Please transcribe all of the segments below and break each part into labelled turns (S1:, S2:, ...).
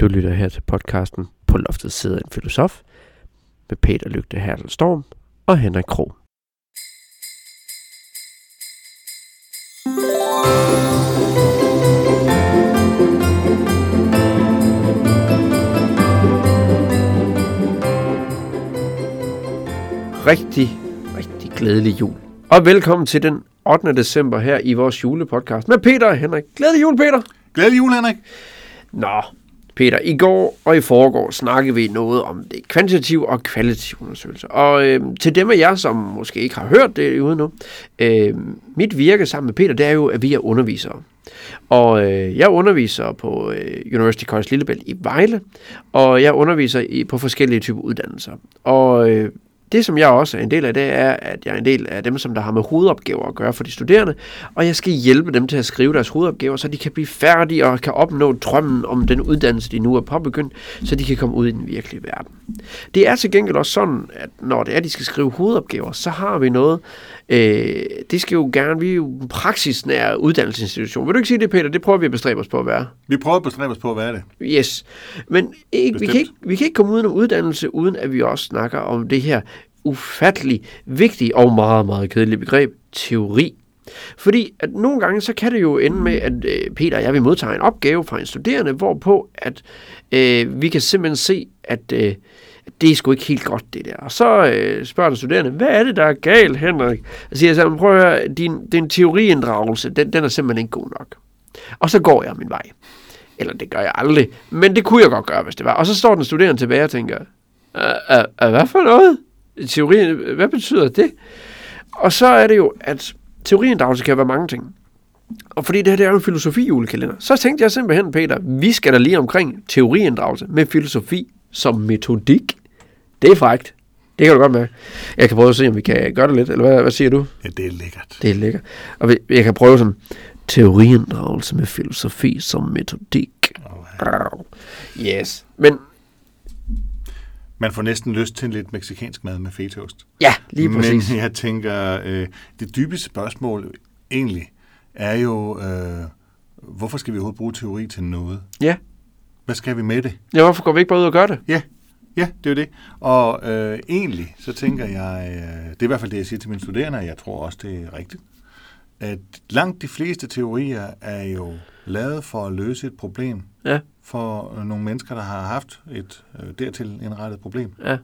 S1: Du lytter her til podcasten På loftet sidder en filosof med Peter Lygte Hertel Storm og Henrik Krog. Rigtig glædelig jul. Og velkommen til den 8. december her i vores julepodcast med Peter og Henrik. Glædelig jul, Peter!
S2: Glædelig jul, Henrik!
S1: Nå, Peter, i går og i forgår snakkede vi noget om det kvantitative og kvalitative undersøgelser. Og til dem af jer, som måske ikke har hørt det ude nu, mit virke sammen med Peter, det er jo, at vi er undervisere. Og jeg underviser på University College Lillebælt i Vejle, og jeg underviser på forskellige typer uddannelser. Og det, som jeg også er en del af, det er, at jeg er en del af dem, som der har med hovedopgaver at gøre for de studerende, og jeg skal hjælpe dem til at skrive deres hovedopgaver, så de kan blive færdige og kan opnå drømmen om den uddannelse, de nu er påbegyndt, så de kan komme ud i den virkelige verden. Det er til gengæld også sådan, at når det er, de skal skrive hovedopgaver, så har vi noget, det skal jo gerne, vi er jo en praksisnær uddannelsesinstitution. Vil du ikke sige det, Peter? Det prøver vi at bestræbe os på at være.
S2: Vi prøver at bestræbe os på at være det.
S1: Yes. Men vi kan ikke komme uden om uddannelse, uden at vi også snakker om det her ufattelig vigtige og meget, meget kedelige begreb, teori. Fordi at nogle gange, så kan det jo ende med, at Peter og jeg vil modtage en opgave fra en studerende, hvorpå at vi kan simpelthen se, at det er sgu ikke helt godt, det der. Og så spørger den studerende, hvad er det, der er galt, Henrik? Jeg siger så, prøv at høre, din teoriinddragelse, den er simpelthen ikke god nok. Og så går jeg min vej. Eller det gør jeg aldrig, men det kunne jeg godt gøre, hvis det var. Og så står den studerende tilbage og tænker, hvad for noget? Teori, hvad betyder det? Og så er det jo, at teoriinddragelse kan være mange ting. Og fordi det her det er jo en filosofi-julekalender, så tænkte jeg simpelthen, Peter, vi skal da lige omkring teoriinddragelse med filosofi som metodik. Det er frækt. Det kan du godt mærke. Jeg kan prøve at se, om vi kan gøre det lidt, eller hvad siger du?
S2: Ja, det er lækkert.
S1: Det er lækkert. Og jeg kan prøve sådan, teoriinddragelse med filosofi som metodik. Yes. Men
S2: man får næsten lyst til lidt mexicansk mad med fetaost.
S1: ja, lige præcis.
S2: Men jeg tænker, det dybeste spørgsmål egentlig er jo, hvorfor skal vi overhovedet bruge teori til noget?
S1: Ja.
S2: Hvad skal vi med det?
S1: Ja, hvorfor går vi ikke bare ud og gør det?
S2: Ja, det er jo det. Og egentlig, så tænker jeg, det er i hvert fald det, jeg siger til mine studerende, og jeg tror også, det er rigtigt, at langt de fleste teorier er jo lavet for at løse et problem.
S1: Ja.
S2: For nogle mennesker, der har haft et dertil indrettet problem.
S1: Ja.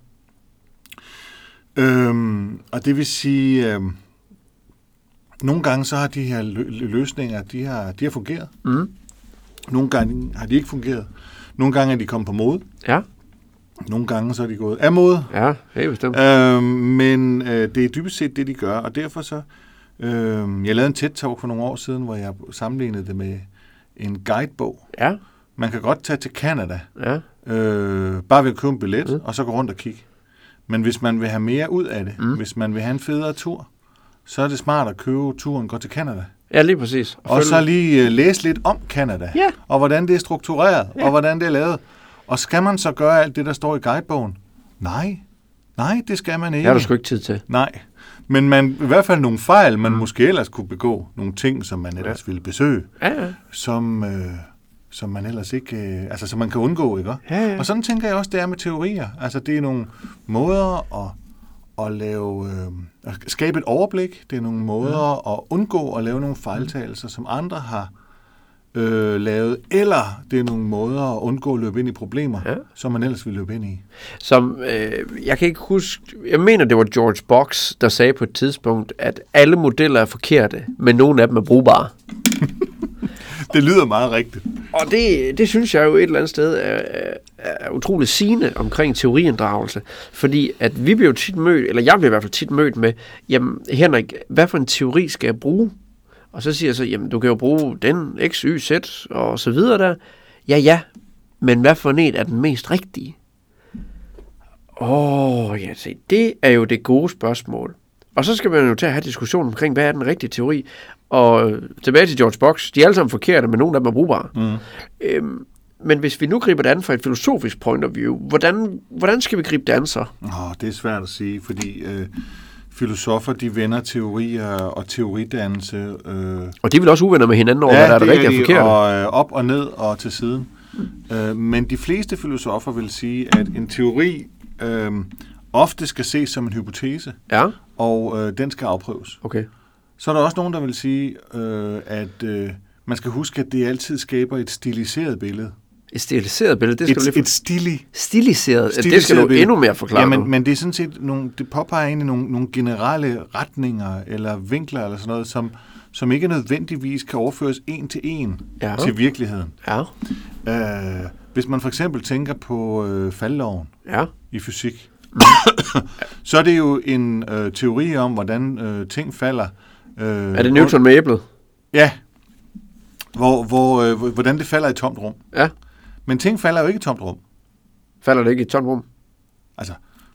S2: Og det vil sige, nogle gange så har de her løsninger, de har fungeret.
S1: Mm.
S2: Nogle gange har de ikke fungeret. Nogle gange er de kommet på mode.
S1: Ja.
S2: Nogle gange så er de gået af mode.
S1: Ja, helt bestemt.
S2: Men det er dybest set det, de gør. Og derfor så, jeg lavede en TED-talk for nogle år siden, hvor jeg sammenlignede det med en guidebog.
S1: Ja.
S2: Man kan godt tage til Canada,
S1: Ja.
S2: bare ved at købe en billet, og så gå rundt og kigge. Men hvis man vil have mere ud af det, hvis man vil have en federe tur, så er det smart at købe turen gå til Canada.
S1: Ja, lige præcis.
S2: Og så lige læse lidt om Canada,
S1: Ja.
S2: og hvordan det er struktureret, og hvordan det er lavet. Og skal man så gøre alt det, der står i guidebogen? Nej, det skal man ikke.
S1: Det har du sgu ikke tid til.
S2: Nej, men man, i hvert fald nogle fejl, man måske ellers kunne begå, nogle ting, som man ellers ville besøge, som man ellers ikke, som man kan undgå, ikke?
S1: Ja.
S2: Og sådan tænker jeg også, det er med teorier. Altså, det er nogle måder at lave, at skabe et overblik. Det er nogle måder at undgå at lave nogle fejltagelser, som andre har lavet, eller det er nogle måder at undgå at løbe ind i problemer, som man ellers ville løbe ind i.
S1: Som, jeg kan ikke huske, jeg mener, det var George Box, der sagde på et tidspunkt, at alle modeller er forkerte, men nogle af dem er brugbare.
S2: Det lyder meget rigtigt.
S1: Og det synes jeg jo et eller andet sted er utroligt sigende omkring teoriinddragelse, fordi at vi bliver jo tit mødt, eller jeg bliver i hvert fald tit mødt med, jamen Henrik, hvad for en teori skal jeg bruge? Og så siger jeg så, jamen du kan jo bruge den, x, y, z og så videre der. Ja, men hvad for en er den mest rigtige? Ja, se, det er jo det gode spørgsmål. Og så skal man jo til at have diskussion omkring, hvad er den rigtige teori? Og tilbage til George Box, de er alle sammen forkerte, men nogle af dem er brugbare. Men hvis vi nu griber det an fra et filosofisk point of view, hvordan skal vi gribe det an så?
S2: Det er svært at sige, fordi filosofer, de vender teorier og teoridannelse.
S1: Og de vil også uvenner med hinanden over, hvad der er det rigtige og forkerte.
S2: Og op og ned og til siden. Men de fleste filosofer vil sige, at en teori ofte skal ses som en hypotese, og den skal afprøves.
S1: Okay.
S2: Så er der også nogen, der vil sige, at man skal huske, at det altid skaber et stiliseret billede.
S1: Et stiliseret billede, det skal
S2: stiliseret.
S1: Det skal du endnu mere forklare.
S2: Ja, men det er sådan set det påpeger egentlig nogle generelle retninger eller vinkler eller sådan noget, som ikke nødvendigvis kan overføres en til en til virkeligheden.
S1: Ja.
S2: Hvis man for eksempel tænker på faldloven i fysik, så er det jo en teori om, hvordan ting falder.
S1: Er det Newton med æblet?
S2: Ja. Hvordan det falder i et tomt rum.
S1: Ja.
S2: Men ting falder jo ikke i et tomt rum.
S1: Falder det ikke i et tomt rum?
S2: Altså,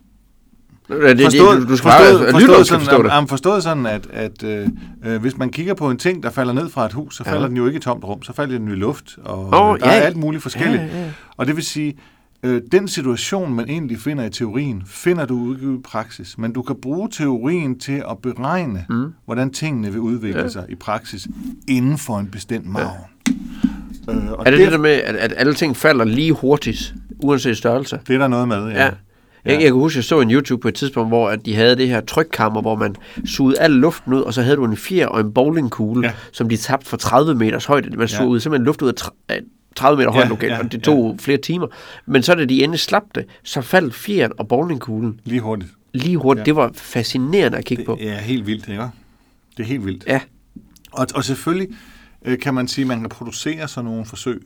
S2: forstået sådan, at hvis man kigger på en ting, der falder ned fra et hus, så falder den jo ikke i et tomt rum. Så falder den jo i luft, og der er alt muligt forskelligt. Ja. Og det vil sige, den situation, man egentlig finder i teorien, finder du ikke i praksis. Men du kan bruge teorien til at beregne, hvordan tingene vil udvikle sig i praksis inden for en bestemt margen.
S1: Er det der med, at alle ting falder lige hurtigt, uanset størrelse?
S2: Det er der noget med, ja.
S1: Jeg kan huske, jeg så en YouTube på et tidspunkt, hvor at de havde det her trykkammer, hvor man sugede al luften ud, og så havde du en fjer og en bowlingkugle, som de tabte for 30 meters højde. Man sugede simpelthen luft ud af 30 meter højt lokalt, og det tog flere timer. Men så da de endelig slap det, så faldt fjeren og bowlingkuglen.
S2: Lige hurtigt.
S1: Ja. Det var fascinerende at kigge på.
S2: Det er helt vildt, ikke? Det er helt vildt.
S1: Ja.
S2: Og selvfølgelig kan man sige, at man kan producere sådan nogle forsøg.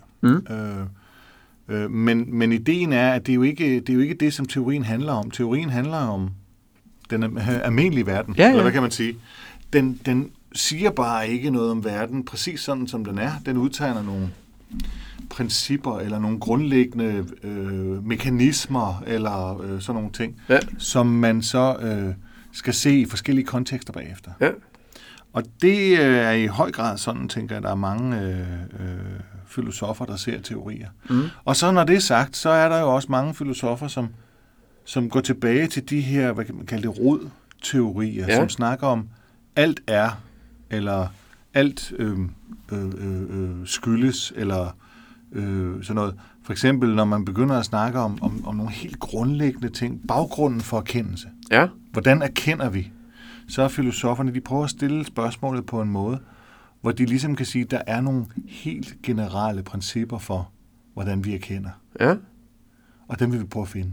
S2: Men ideen er, at det er jo ikke det, som teorien handler om. Teorien handler om den almindelige verden. Eller hvad kan man sige? Den siger bare ikke noget om verden, præcis sådan, som den er. Den udtegner nogle principper, eller nogle grundlæggende mekanismer, eller sådan nogle ting, som man så skal se i forskellige kontekster bagefter. Ja. Og det er i høj grad sådan, tænker jeg, der er mange filosofer, der ser teorier. Og så når det er sagt, så er der jo også mange filosofer, som går tilbage til de her, hvad kan man kalde det, rodteorier, som snakker om, alt er, eller alt skyldes, eller sådan noget. For eksempel, når man begynder at snakke om nogle helt grundlæggende ting, baggrunden for erkendelse. Ja. Hvordan erkender vi? Så er filosoferne, de prøver at stille spørgsmålet på en måde, hvor de ligesom kan sige, at der er nogle helt generelle principper for, hvordan vi erkender. Ja. Og dem vil vi prøve at finde.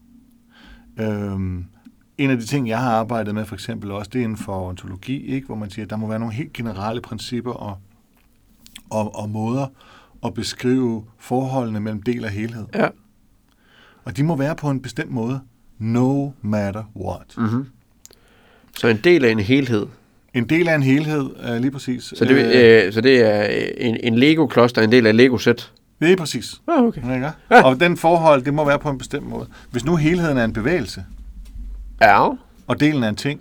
S2: En af de ting, jeg har arbejdet med for eksempel også, det er inden for ontologi, ikke? Hvor man siger, at der må være nogle helt generelle principper og måder at beskrive forholdene mellem del og helhed. Ja. Og de må være på en bestemt måde, no matter what. Mm-hmm.
S1: Så en del af en helhed.
S2: En del af en helhed, lige præcis.
S1: Så det er en Lego-kloster, en del af Lego-sæt?
S2: Det er præcis.
S1: Okay.
S2: Ja. Og den forhold, det må være på en bestemt måde. Hvis nu helheden er en bevægelse, og delen er en ting,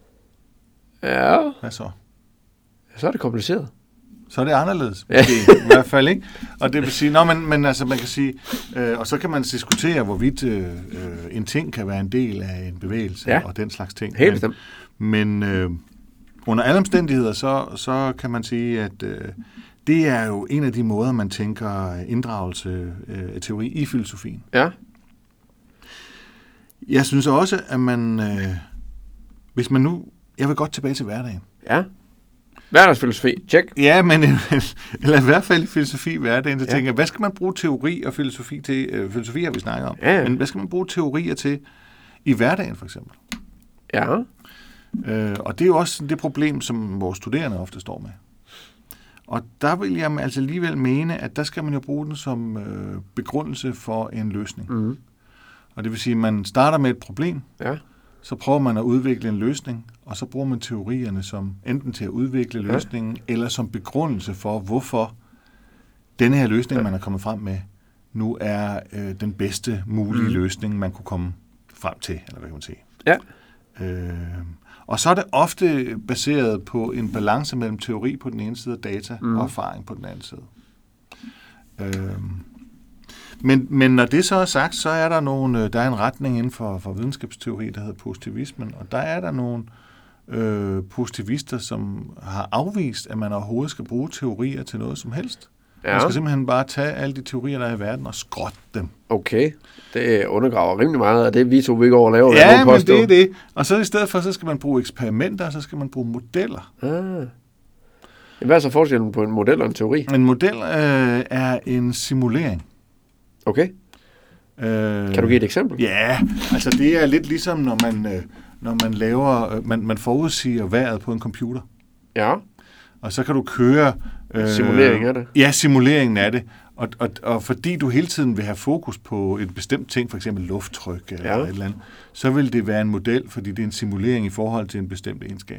S2: hvad så?
S1: Så er det kompliceret.
S2: Så er det anderledes, i hvert fald, ikke? Og det vil sige, men altså man kan sige, og så kan man diskutere, hvorvidt en ting kan være en del af en bevægelse, og den slags ting.
S1: Helt
S2: men under alle omstændigheder, så kan man sige, at det er jo en af de måder, man tænker inddragelse af teori i filosofien. Ja. Jeg synes også, at man, hvis man nu, jeg vil godt tilbage til hverdagen.
S1: Ja. Hverdagsfilosofi, check.
S2: Ja, men eller i hvert fald i filosofi i hverdagen, så tænker jeg, hvad skal man bruge teori og filosofi til? Filosofi har vi snakket om. Ja. Men hvad skal man bruge teorier til i hverdagen, for eksempel? Ja. Og det er jo også det problem, som vores studerende ofte står med. Og der vil jeg altså alligevel mene, at der skal man jo bruge den som begrundelse for en løsning. Mm. Og det vil sige, at man starter med et problem, så prøver man at udvikle en løsning, og så bruger man teorierne som enten til at udvikle løsningen, eller som begrundelse for, hvorfor denne her løsning, man er kommet frem med, nu er den bedste mulige løsning, man kunne komme frem til, eller hvad kan man sige. Ja. Og så er det ofte baseret på en balance mellem teori på den ene side og data og erfaring på den anden side. Men når det så er sagt, så er der er en retning inden for videnskabsteori, der hedder positivismen, og der er der nogle positivister, som har afvist, at man overhovedet skal bruge teorier til noget som helst. Ja. Man skal simpelthen bare tage alle de teorier, der er i verden, og skrotte dem.
S1: Okay, det undergraver rimelig meget af det, vi to ikke over laver.
S2: Ja, men det er det. Og så i stedet for, så skal man bruge eksperimenter, og så skal man bruge modeller.
S1: Hvad er så forskellen på en model og en teori?
S2: En model er en simulering.
S1: Okay. Kan du give et eksempel?
S2: Ja, altså det er lidt ligesom, når man laver, man forudsiger vejret på en computer.
S1: Ja.
S2: Og så kan du køre...
S1: simulering af det?
S2: Ja, simuleringen af det. Og fordi du hele tiden vil have fokus på en bestemt ting, for eksempel lufttryk eller et eller andet, så vil det være en model, fordi det er en simulering i forhold til en bestemt egenskab.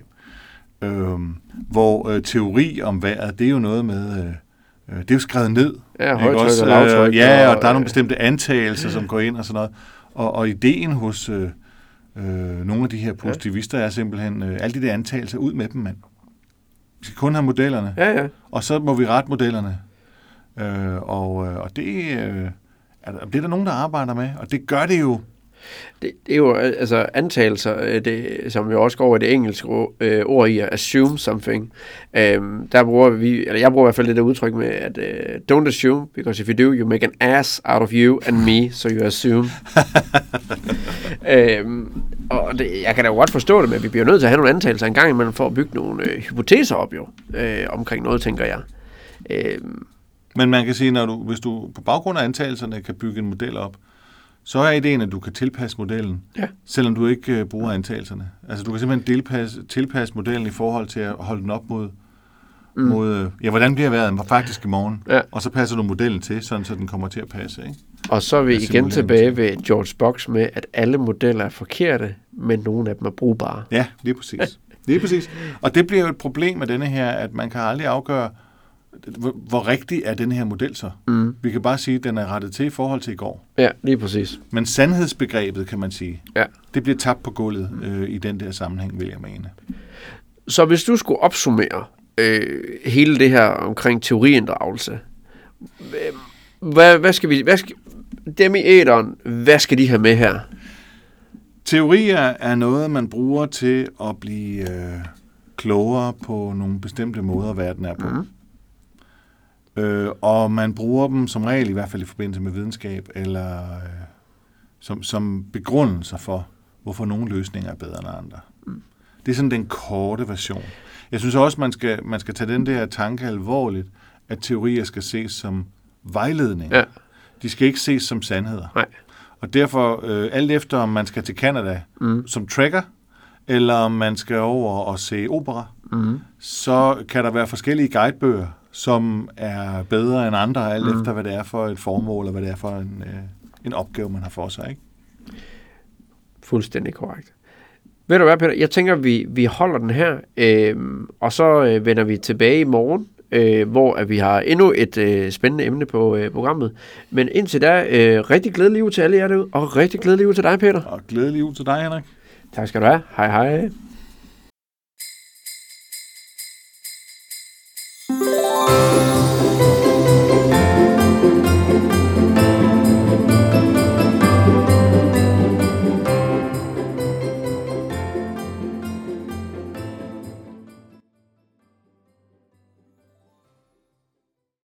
S2: Hvor teori om vejret, det er jo noget med... det er jo skrevet ned.
S1: Ja, højtryk og lavtryk.
S2: Ja, og der er nogle bestemte antagelser, som går ind og sådan noget. Og ideen hos nogle af de her positivister er simpelthen, alle de der antagelser, ud med dem, mand. Vi skal kun have modellerne.
S1: Ja.
S2: Og så må vi rette modellerne. Og det er der nogen, der arbejder med. Og det gør det jo.
S1: Det er jo altså antagelser, som jo også går over det engelske ord i at assume something. Der bruger jeg bruger i hvert fald det der udtryk med, at don't assume, because if you do, you make an ass out of you and me, so you assume. Og jeg kan da jo godt forstå det, men vi bliver nødt til at have nogle antagelser en gang imellem for at bygge nogle hypoteser op jo, omkring noget, tænker jeg.
S2: Men man kan sige, hvis du på baggrund af antagelserne kan bygge en model op, så er ideen, at du kan tilpasse modellen, selvom du ikke bruger antagelserne. Altså, du kan simpelthen tilpasse modellen i forhold til at holde den op mod hvordan bliver vejret faktisk i morgen. Ja. Og så passer du modellen til, sådan så den kommer til at passe. Ikke?
S1: Og så er vi igen tilbage ved George Box med, at alle modeller er forkerte, men nogle af dem er brugbare.
S2: Ja, det er præcis. Det er præcis. Og det bliver jo et problem med denne her, at man kan aldrig afgøre, hvor rigtig er den her model så? Vi kan bare sige, at den er rettet til i forhold til i går.
S1: Ja, lige præcis.
S2: Men sandhedsbegrebet, kan man sige, det bliver tabt på gulvet i den der sammenhæng, vil jeg mene.
S1: Så hvis du skulle opsummere hele det her omkring teoriinddragelse, hvad skal dem i æteren, hvad skal de have med her?
S2: Teorier er noget, man bruger til at blive klogere på nogle bestemte måder, verden er på. Og man bruger dem som regel, i hvert fald i forbindelse med videnskab, eller som begrundelser for, hvorfor nogle løsninger er bedre end andre. Det er sådan den korte version. Jeg synes også, man skal tage den der tanke alvorligt, at teorier skal ses som vejledning. Ja. De skal ikke ses som sandheder. Nej. Og derfor, alt efter om man skal til Canada som trekker, eller om man skal over og se opera, så kan der være forskellige guidebøger, som er bedre end andre, alt efter hvad det er for et formål, og hvad det er for en opgave, man har for sig. Ikke?
S1: Fuldstændig korrekt. Ved du hvad, Peter? Jeg tænker, vi holder den her, og så vender vi tilbage i morgen, hvor vi har endnu et spændende emne på programmet. Men indtil da, rigtig glædelig uge til alle jer derude, og rigtig glædelig uge til dig, Peter.
S2: Og glædelig uge til dig, Henrik.
S1: Tak skal du have. Hej hej.